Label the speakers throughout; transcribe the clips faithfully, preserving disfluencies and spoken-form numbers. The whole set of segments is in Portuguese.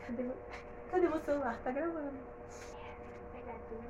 Speaker 1: Cadê, cadê o celular? Tá gravando.
Speaker 2: Vai dar tudo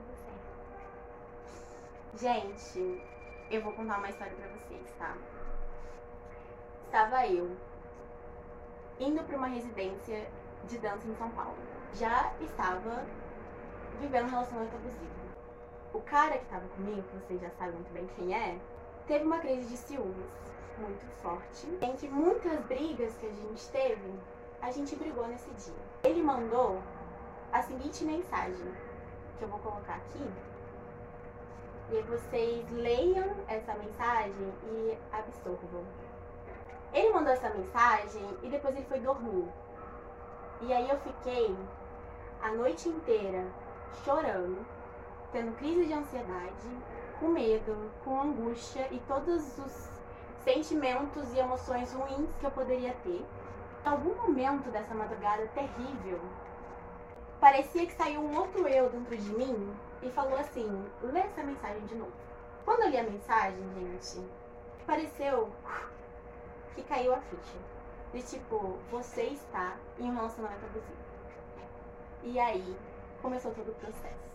Speaker 2: certo. Gente, eu vou contar uma história pra vocês, tá? Estava eu indo pra uma residência de dança em São Paulo. Já estava vivendo um relacionamento abusivo. O cara que estava comigo, que vocês já sabem muito bem quem é, teve uma crise de ciúmes muito forte. Entre muitas brigas que a gente teve, a gente brigou nesse dia. Ele mandou a seguinte mensagem, que eu vou colocar aqui, e aí vocês leiam essa mensagem e absorvam. Ele mandou essa mensagem e depois ele foi dormir. E aí eu fiquei a noite inteira chorando, tendo crise de ansiedade, com medo, com angústia e todos os sentimentos e emoções ruins que eu poderia ter. Em algum momento dessa madrugada terrível, parecia que saiu um outro eu dentro de mim e falou assim, lê essa mensagem de novo. Quando eu li a mensagem, gente, pareceu que caiu a ficha. De tipo, você está em um relacionamento abusivo. E aí, começou todo o processo.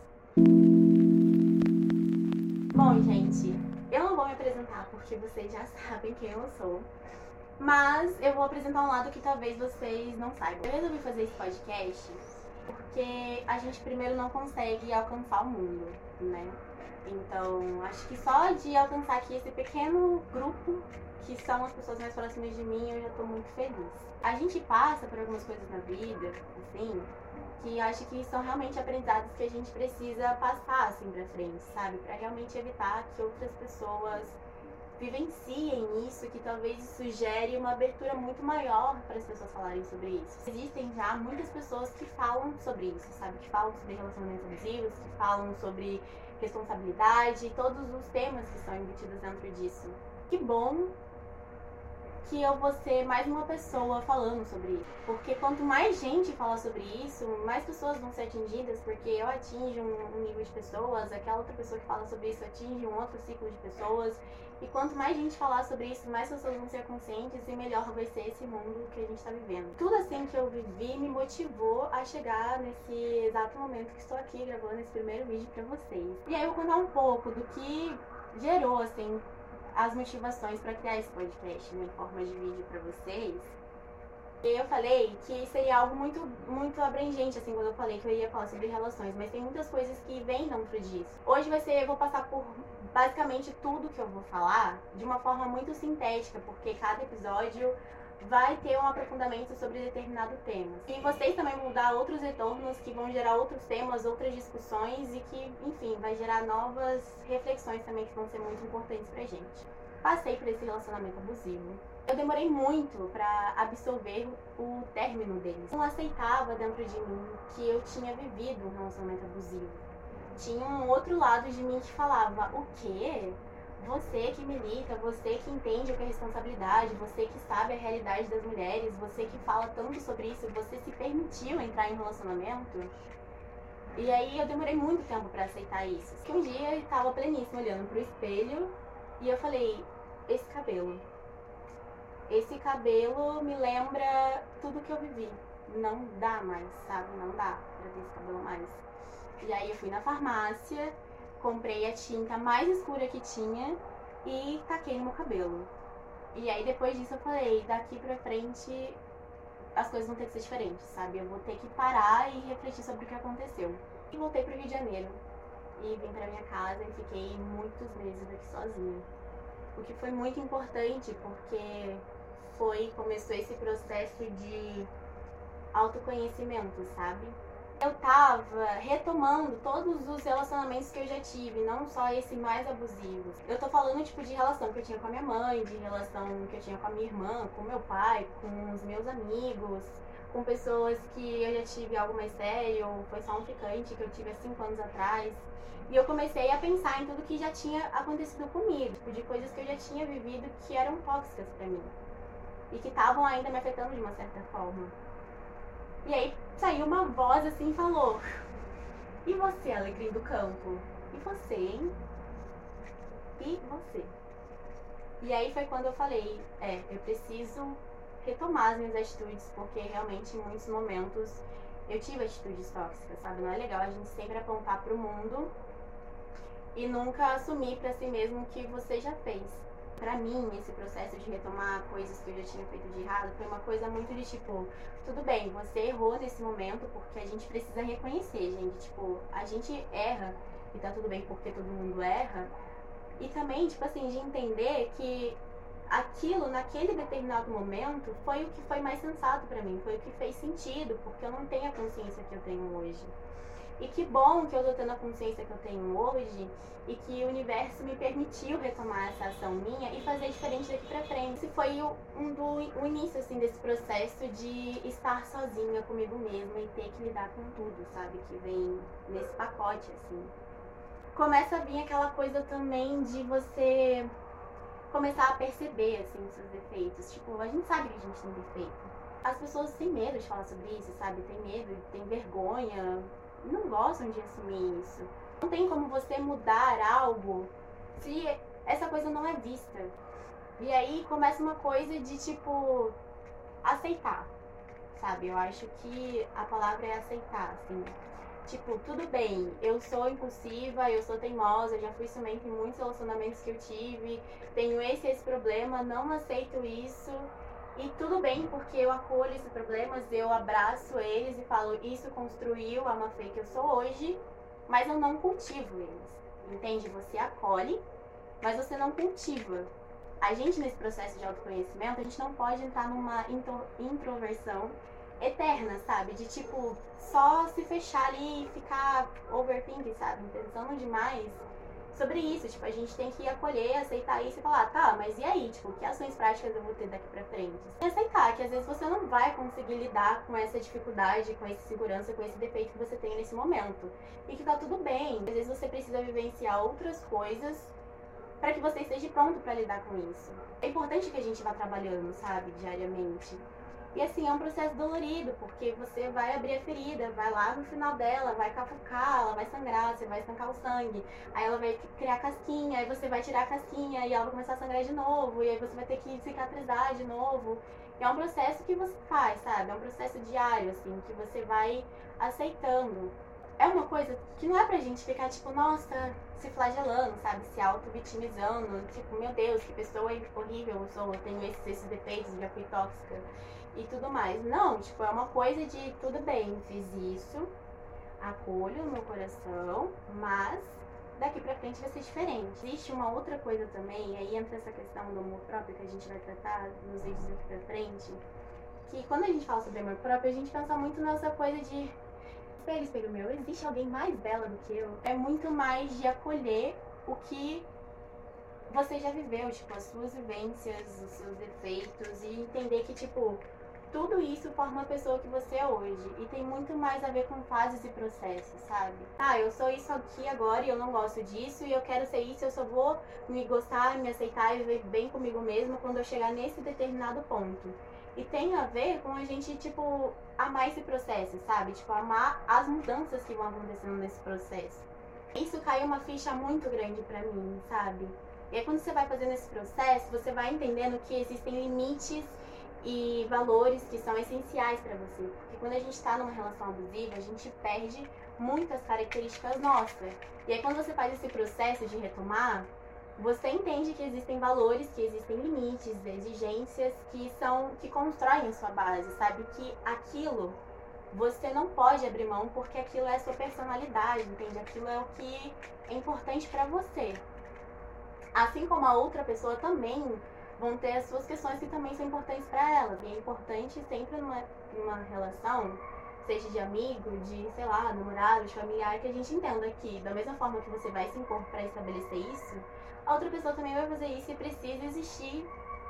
Speaker 2: Bom, gente, eu não vou me apresentar porque vocês já sabem quem eu sou. Mas eu vou apresentar um lado que talvez vocês não saibam. Eu resolvi fazer esse podcast porque a gente primeiro não consegue alcançar o mundo, né? Então, acho que só de alcançar aqui esse pequeno grupo, que são as pessoas mais próximas de mim, eu já tô muito feliz. A gente passa por algumas coisas na vida, assim, que acho que são realmente aprendizados que a gente precisa passar, assim, pra frente, sabe? Pra realmente evitar que outras pessoas vivenciem isso, que talvez isso gere uma abertura muito maior para as pessoas falarem sobre isso. Existem já muitas pessoas que falam sobre isso, sabe? Que falam sobre relacionamentos abusivos, que falam sobre responsabilidade, todos os temas que são embutidos dentro disso. Que bom que eu vou ser mais uma pessoa falando sobre isso. Porque quanto mais gente falar sobre isso, mais pessoas vão ser atingidas, porque eu atinjo um, um nível de pessoas, aquela outra pessoa que fala sobre isso atinge um outro ciclo de pessoas. E quanto mais gente falar sobre isso, mais pessoas vão ser conscientes e melhor vai ser esse mundo que a gente está vivendo. Tudo assim que eu vivi me motivou a chegar nesse exato momento que estou aqui gravando esse primeiro vídeo pra vocês. E aí eu vou contar um pouco do que gerou, assim, as motivações para criar esse podcast, né, em forma de vídeo para vocês. E eu falei que seria algo muito, muito abrangente, assim, quando eu falei que eu ia falar sobre relações, mas tem muitas coisas que vêm dentro disso. Hoje vai ser, eu vou passar por basicamente tudo que eu vou falar de uma forma muito sintética, porque cada episódio vai ter um aprofundamento sobre determinado tema. E vocês também vão dar outros retornos que vão gerar outros temas, outras discussões e que, enfim, vai gerar novas reflexões também que vão ser muito importantes pra gente. Passei por esse relacionamento abusivo. Eu demorei muito pra absorver o término deles. Eu não aceitava dentro de mim que eu tinha vivido um relacionamento abusivo. Tinha um outro lado de mim que falava, o quê? Você que milita, você que entende o que é responsabilidade, você que sabe a realidade das mulheres, você que fala tanto sobre isso, você se permitiu entrar em um relacionamento? E aí eu demorei muito tempo pra aceitar isso. Que um dia eu tava pleníssima olhando pro espelho e eu falei, esse cabelo. Esse cabelo me lembra tudo que eu vivi. Não dá mais, sabe? Não dá pra ter esse cabelo mais. E aí eu fui na farmácia, comprei a tinta mais escura que tinha e taquei no meu cabelo. E aí depois disso eu falei, daqui pra frente as coisas vão ter que ser diferentes, sabe? Eu vou ter que parar e refletir sobre o que aconteceu. E voltei pro Rio de Janeiro. E vim pra minha casa e fiquei muitos meses aqui sozinha. O que foi muito importante porque foi, começou esse processo de autoconhecimento, sabe? Eu tava retomando todos os relacionamentos que eu já tive, não só esse mais abusivo. Eu tô falando, tipo, de relação que eu tinha com a minha mãe, de relação que eu tinha com a minha irmã, com meu pai, com os meus amigos, com pessoas que eu já tive algo mais sério, foi só um ficante que eu tive há cinco anos atrás. E eu comecei a pensar em tudo que já tinha acontecido comigo, tipo, de coisas que eu já tinha vivido que eram tóxicas pra mim. E que estavam ainda me afetando de uma certa forma. E aí saiu uma voz assim e falou, e você, alegria do campo? E você, hein? E você? E aí foi quando eu falei, é, eu preciso retomar as minhas atitudes, porque realmente em muitos momentos eu tive atitudes tóxicas, sabe? Não é legal a gente sempre apontar pro mundo e nunca assumir pra si mesmo o que você já fez. Pra mim, esse processo de retomar coisas que eu já tinha feito de errado foi uma coisa muito de tipo, tudo bem, você errou nesse momento, porque a gente precisa reconhecer, gente. Tipo, a gente erra e tá tudo bem porque todo mundo erra. E também, tipo assim, de entender que aquilo, naquele determinado momento, foi o que foi mais sensato pra mim, foi o que fez sentido, porque eu não tenho a consciência que eu tenho hoje. E que bom que eu tô tendo a consciência que eu tenho hoje e que o universo me permitiu retomar essa ação minha e fazer diferente daqui pra frente. Esse foi o, um do, o início, assim, desse processo de estar sozinha comigo mesma e ter que lidar com tudo, sabe? Que vem nesse pacote, assim. Começa a vir aquela coisa também de você começar a perceber, assim, os seus defeitos. Tipo, a gente sabe que a gente tem defeito. As pessoas têm medo de falar sobre isso, sabe? Tem medo, tem vergonha, não gostam de assumir isso. Não tem como você mudar algo se essa coisa não é vista. E aí começa uma coisa de, tipo, aceitar, sabe? Eu acho que a palavra é aceitar, assim. Tipo, tudo bem, eu sou impulsiva, eu sou teimosa, já fui ciumenta em muitos relacionamentos que eu tive, tenho esse e esse problema, não aceito isso. E tudo bem, porque eu acolho esses problemas, eu abraço eles e falo, isso construiu a Mafê que eu sou hoje, mas eu não cultivo eles. Entende? Você acolhe, mas você não cultiva. A gente, nesse processo de autoconhecimento, a gente não pode entrar numa intro- introversão eterna, sabe? De, tipo, só se fechar ali e ficar overthinking, sabe? Pensando demais sobre isso. Tipo, a gente tem que acolher, aceitar isso e falar, tá, mas e aí? Tipo, que ações práticas eu vou ter daqui pra frente? E aceitar que às vezes você não vai conseguir lidar com essa dificuldade, com essa insegurança, com esse defeito que você tem nesse momento. E que tá tudo bem. Às vezes você precisa vivenciar outras coisas para que você esteja pronto para lidar com isso. É importante que a gente vá trabalhando, sabe, diariamente. E assim, é um processo dolorido, porque você vai abrir a ferida, vai lá no final dela, vai capucar, ela vai sangrar, você vai estancar o sangue, aí ela vai criar casquinha, aí você vai tirar a casquinha e ela vai começar a sangrar de novo, e aí você vai ter que cicatrizar de novo. E é um processo que você faz, sabe? É um processo diário, assim, que você vai aceitando. É uma coisa que não é pra gente ficar, tipo, nossa, se flagelando, sabe? Se auto-vitimizando, tipo, meu Deus, que pessoa horrível eu sou, eu tenho esses, esses defeitos, já fui tóxica e tudo mais. Não, tipo, é uma coisa de, tudo bem, fiz isso, acolho no coração, mas daqui pra frente vai ser diferente. Existe uma outra coisa também, aí entra essa questão do amor próprio que a gente vai tratar nos vídeos daqui pra frente, que quando a gente fala sobre amor próprio, a gente pensa muito nessa coisa de espelho, espelho meu, existe alguém mais bela do que eu? É muito mais de acolher o que você já viveu, tipo, as suas vivências, os seus defeitos, e entender que, tipo, tudo isso forma a pessoa que você é hoje. E tem muito mais a ver com fases e processos, sabe? Ah, eu sou isso aqui agora e eu não gosto disso, e eu quero ser isso, eu só vou me gostar, me aceitar e viver bem comigo mesma quando eu chegar nesse determinado ponto. E tem a ver com a gente, tipo, amar esse processo, sabe? Tipo, amar as mudanças que vão acontecendo nesse processo. Isso caiu uma ficha muito grande pra mim, sabe? E aí quando você vai fazendo esse processo, você vai entendendo que existem limites e valores que são essenciais pra você. Porque quando a gente tá numa relação abusiva, a gente perde muitas características nossas. E aí quando você faz esse processo de retomar, você entende que existem valores, que existem limites, exigências que são, que constroem a sua base, sabe? Que aquilo você não pode abrir mão porque aquilo é a sua personalidade, entende? Aquilo é o que é importante pra você. Assim como a outra pessoa também vão ter as suas questões que também são importantes pra ela. E é importante sempre numa, numa relação, seja de amigo, de, sei lá, namorado, de familiar, que a gente entenda que da mesma forma que você vai se impor pra estabelecer isso, a outra pessoa também vai fazer isso e precisa existir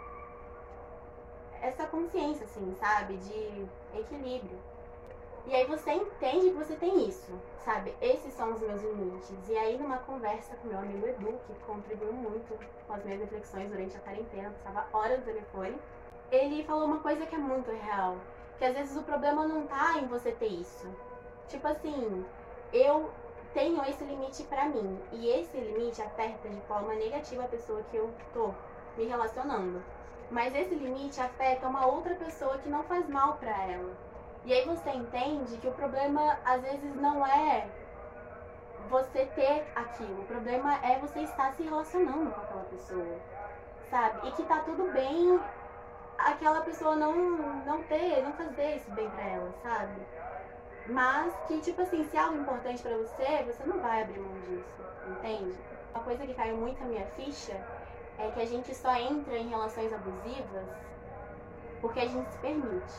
Speaker 2: essa consciência, assim, sabe? De equilíbrio. E aí você entende que você tem isso, sabe? Esses são os meus limites. E aí numa conversa com meu amigo Edu, que contribuiu muito com as minhas reflexões durante a quarentena, passava horas no telefone, ele falou uma coisa que é muito real. Que às vezes o problema não tá em você ter isso. Tipo assim, eu tenho esse limite pra mim. E esse limite afeta de forma negativa a pessoa que eu tô me relacionando. Mas esse limite afeta uma outra pessoa que não faz mal pra ela. E aí você entende que o problema às vezes não é você ter aquilo, o problema é você estar se relacionando com aquela pessoa, sabe? E que tá tudo bem aquela pessoa não, não ter, não fazer isso bem pra ela, sabe? Mas que, tipo assim, se é algo importante pra você, você não vai abrir mão disso, entende? Uma coisa que caiu muito na minha ficha é que a gente só entra em relações abusivas porque a gente se permite.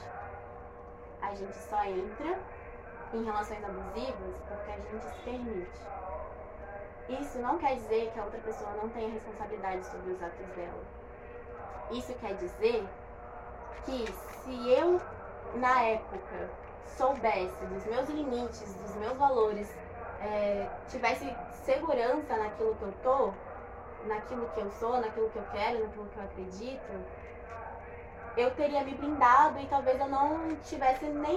Speaker 2: A gente só entra em relações abusivas porque a gente se permite. Isso não quer dizer que a outra pessoa não tenha responsabilidade sobre os atos dela. Isso quer dizer que se eu, na época, soubesse dos meus limites, dos meus valores, é, tivesse segurança naquilo que eu tô, naquilo que eu sou, naquilo que eu quero, naquilo que eu acredito, eu teria me blindado e talvez eu não tivesse nem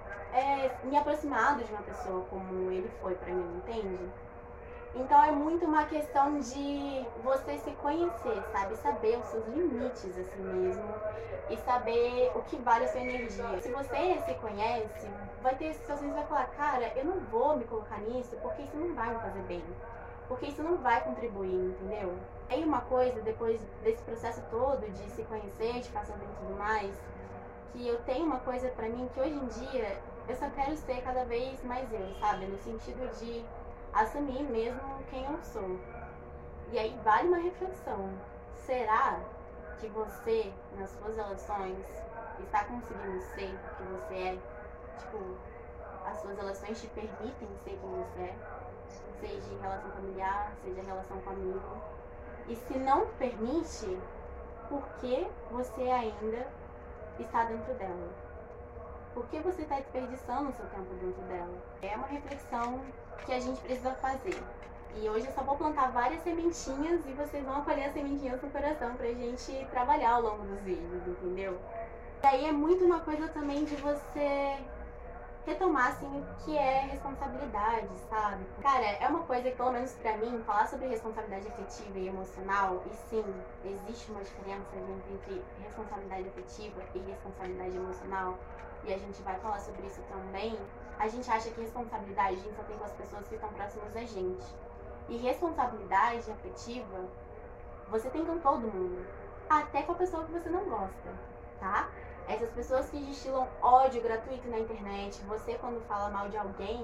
Speaker 2: é, me aproximado de uma pessoa como ele foi pra mim, entende? Então é muito uma questão de você se conhecer, sabe? Saber os seus limites assim mesmo e saber o que vale a sua energia. Se você se conhece, vai ter situações que você vai falar, cara, eu não vou me colocar nisso porque isso não vai me fazer bem. Porque isso não vai contribuir, entendeu? Tem uma coisa, depois desse processo todo de se conhecer, de ficar sabendo tudo mais, que eu tenho uma coisa pra mim que hoje em dia eu só quero ser cada vez mais eu, sabe? No sentido de assumir mesmo quem eu sou. E aí vale uma reflexão. Será que você, nas suas relações, está conseguindo ser o que você é? Tipo, as suas relações te permitem ser quem você é? Seja em relação familiar, seja em relação com amigo. E se não permite, por que você ainda está dentro dela? Por que você está desperdiçando o seu tempo dentro dela? É uma reflexão que a gente precisa fazer. E hoje eu só vou plantar várias sementinhas e vocês vão acolher as sementinhas no coração pra gente trabalhar ao longo dos vídeos, entendeu? E aí é muito uma coisa também de você retomar, assim, o que é responsabilidade, sabe? Cara, é uma coisa que, pelo menos pra mim, falar sobre responsabilidade afetiva e emocional, e sim, existe uma diferença entre responsabilidade afetiva e responsabilidade emocional, e a gente vai falar sobre isso também. A gente acha que responsabilidade a gente só tem com as pessoas que estão próximas da gente. E responsabilidade afetiva, você tem com todo mundo. Até com a pessoa que você não gosta, tá? Essas pessoas que destilam ódio gratuito na internet, você quando fala mal de alguém,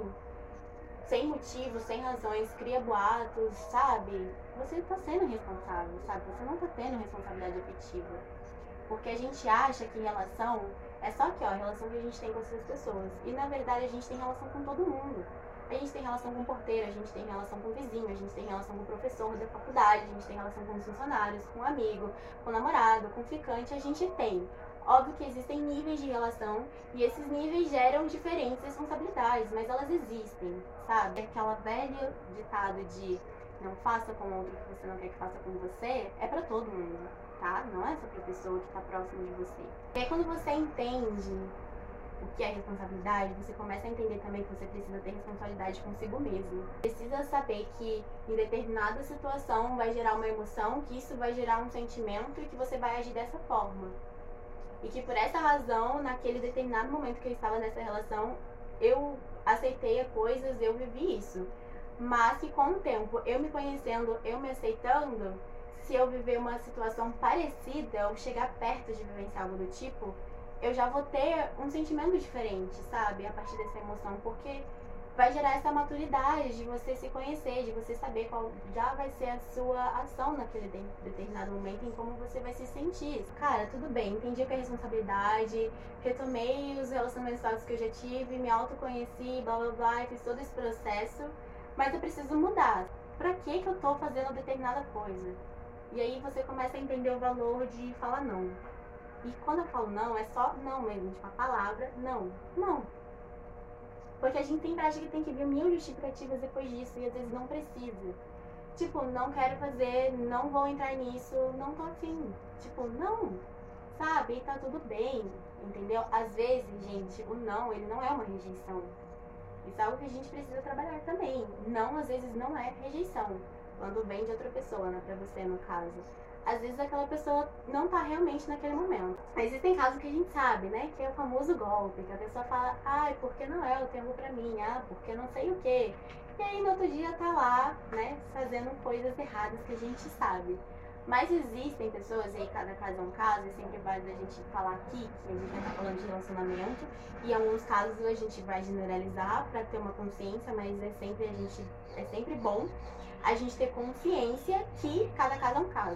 Speaker 2: sem motivo, sem razões, cria boatos, sabe? Você tá sendo responsável, sabe? Você não tá tendo responsabilidade afetiva. Porque a gente acha que relação é só aqui, ó, a relação que a gente tem com essas pessoas. E na verdade a gente tem relação com todo mundo. A gente tem relação com o porteiro, a gente tem relação com o vizinho, a gente tem relação com o professor da faculdade, a gente tem relação com os funcionários, com o amigo, com o namorado, com o ficante, a gente tem. Óbvio que existem níveis de relação e esses níveis geram diferentes responsabilidades, mas elas existem, sabe? Aquela velha ditado de não faça com o outro o que você não quer que faça com você, é pra todo mundo, tá? Não é só pra pessoa que tá próxima de você. E aí quando você entende o que é responsabilidade, você começa a entender também que você precisa ter responsabilidade consigo mesmo. Precisa saber que em determinada situação vai gerar uma emoção, que isso vai gerar um sentimento e que você vai agir dessa forma. E que por essa razão, naquele determinado momento que eu estava nessa relação, eu aceitei coisas, eu vivi isso. Mas que com o tempo, eu me conhecendo, eu me aceitando, se eu viver uma situação parecida ou chegar perto de vivenciar algo do tipo, eu já vou ter um sentimento diferente, sabe? A partir dessa emoção, porque vai gerar essa maturidade de você se conhecer, de você saber qual já vai ser a sua ação naquele de determinado momento, em como você vai se sentir. Cara, tudo bem, entendi que é responsabilidade, retomei os relacionamentos tóxicos que eu já tive, me autoconheci, blá blá blá, fiz todo esse processo, mas eu preciso mudar. Pra que que eu tô fazendo determinada coisa? E aí você começa a entender o valor de falar não. E quando eu falo não, é só não mesmo, tipo a palavra não, não. Porque a gente tem prática que tem que vir mil justificativas depois disso e às vezes não precisa. Tipo, não quero fazer, não vou entrar nisso, não tô afim. Tipo, não, sabe? E tá tudo bem, entendeu? Às vezes, gente, o não, ele não é uma rejeição. Isso é algo que a gente precisa trabalhar também. Não, às vezes, não é rejeição. Quando vem de outra pessoa, né? Pra você, no caso. às vezes aquela pessoa não tá realmente naquele momento. Existem casos que a gente sabe, né? Que é o famoso golpe, que a pessoa fala, ai, por que não é o tempo pra mim? Ah, porque não sei o quê. E aí no outro dia tá lá, né, fazendo coisas erradas que a gente sabe. Mas existem pessoas, e aí cada caso é um caso, e sempre vale a gente falar aqui, que a gente vai estar falando de relacionamento, e em alguns casos a gente vai generalizar pra ter uma consciência, mas é sempre, a gente, é sempre bom a gente ter consciência que cada caso é um caso.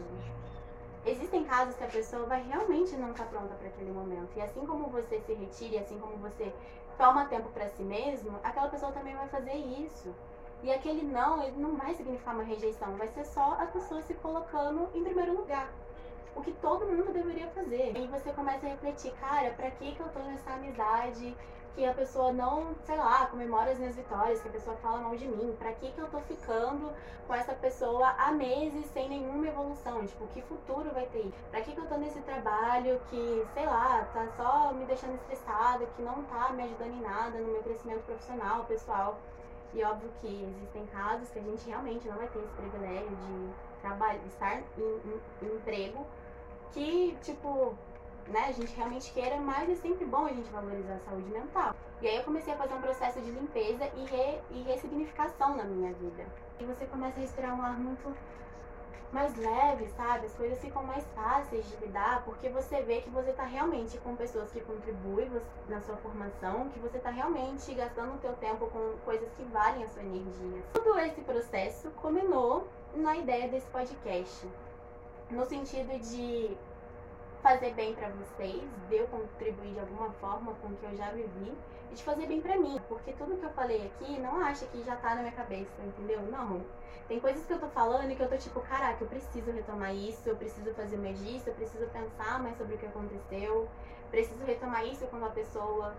Speaker 2: Existem casos que a pessoa vai realmente não estar pronta para aquele momento. E assim como você se retira, e assim como você toma tempo para si mesmo, aquela pessoa também vai fazer isso. E aquele não, ele não vai significar uma rejeição, vai ser só a pessoa se colocando em primeiro lugar. O que todo mundo deveria fazer. E você começa a refletir, cara, pra que que eu tô nessa amizade? Que a pessoa não, sei lá, comemora as minhas vitórias, que a pessoa fala mal de mim. Pra que que eu tô ficando com essa pessoa há meses sem nenhuma evolução? Tipo, que futuro vai ter? Pra que que eu tô nesse trabalho que, sei lá, tá só me deixando estressada, que não tá me ajudando em nada no meu crescimento profissional, pessoal? E óbvio que existem casos que a gente realmente não vai ter esse privilégio de trabalhar, estar em, em, em emprego que, tipo, né, a gente realmente queira, mas é sempre bom a gente valorizar a saúde mental. E aí eu comecei a fazer um processo de limpeza e, re, e ressignificação na minha vida. E você começa a respirar um ar muito mais leve, sabe? As coisas ficam mais fáceis de lidar, porque você vê que você tá realmente com pessoas que contribuem na sua formação, que você tá realmente gastando o teu tempo com coisas que valem a sua energia. Todo esse processo culminou na ideia desse podcast, no sentido de fazer bem pra vocês, de eu contribuir de alguma forma com o que eu já vivi, e de fazer bem pra mim, porque tudo que eu falei aqui, não acha que já tá na minha cabeça, entendeu? Não. Tem coisas que eu tô falando e que eu tô tipo, caraca, eu preciso retomar isso, eu preciso fazer mais disso, eu preciso pensar mais sobre o que aconteceu, preciso retomar isso com uma pessoa.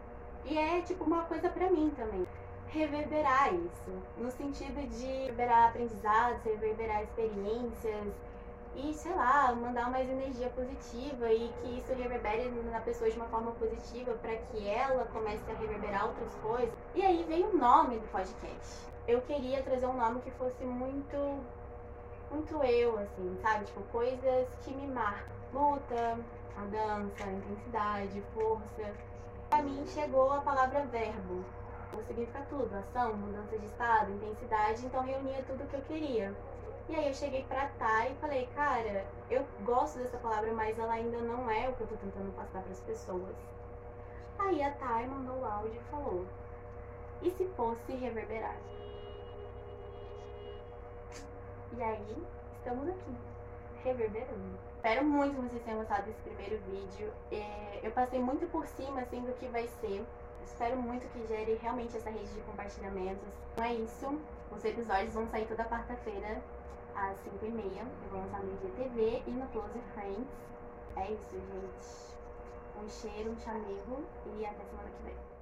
Speaker 2: E é tipo uma coisa pra mim também. Reverberar isso, no sentido de reverberar aprendizados, reverberar experiências, e, sei lá, mandar mais energia positiva e que isso reverbere na pessoa de uma forma positiva para que ela comece a reverberar outras coisas. E aí veio o nome do podcast. Eu queria trazer um nome que fosse muito, muito eu, assim, sabe? Tipo, coisas que me marcam. Luta, a dança, a intensidade, força. Pra mim chegou a palavra verbo. Significa tudo, ação, mudança de estado, intensidade, então reunia tudo o que eu queria. E aí eu cheguei pra Thay e falei, cara, eu gosto dessa palavra, mas ela ainda não é o que eu tô tentando passar pras pessoas. Aí a Thay mandou o áudio e falou, e se fosse reverberar? E aí, estamos aqui, reverberando. Espero muito que vocês tenham gostado desse primeiro vídeo. Eu passei muito por cima, assim, do que vai ser. Espero muito que gere realmente essa rede de compartilhamentos. Então é isso, os episódios vão sair toda quarta-feira, às cinco e meia. Eu vou lançar no I G T V e no Close Friends. É isso, gente. Um cheiro, um chamego e até semana que vem.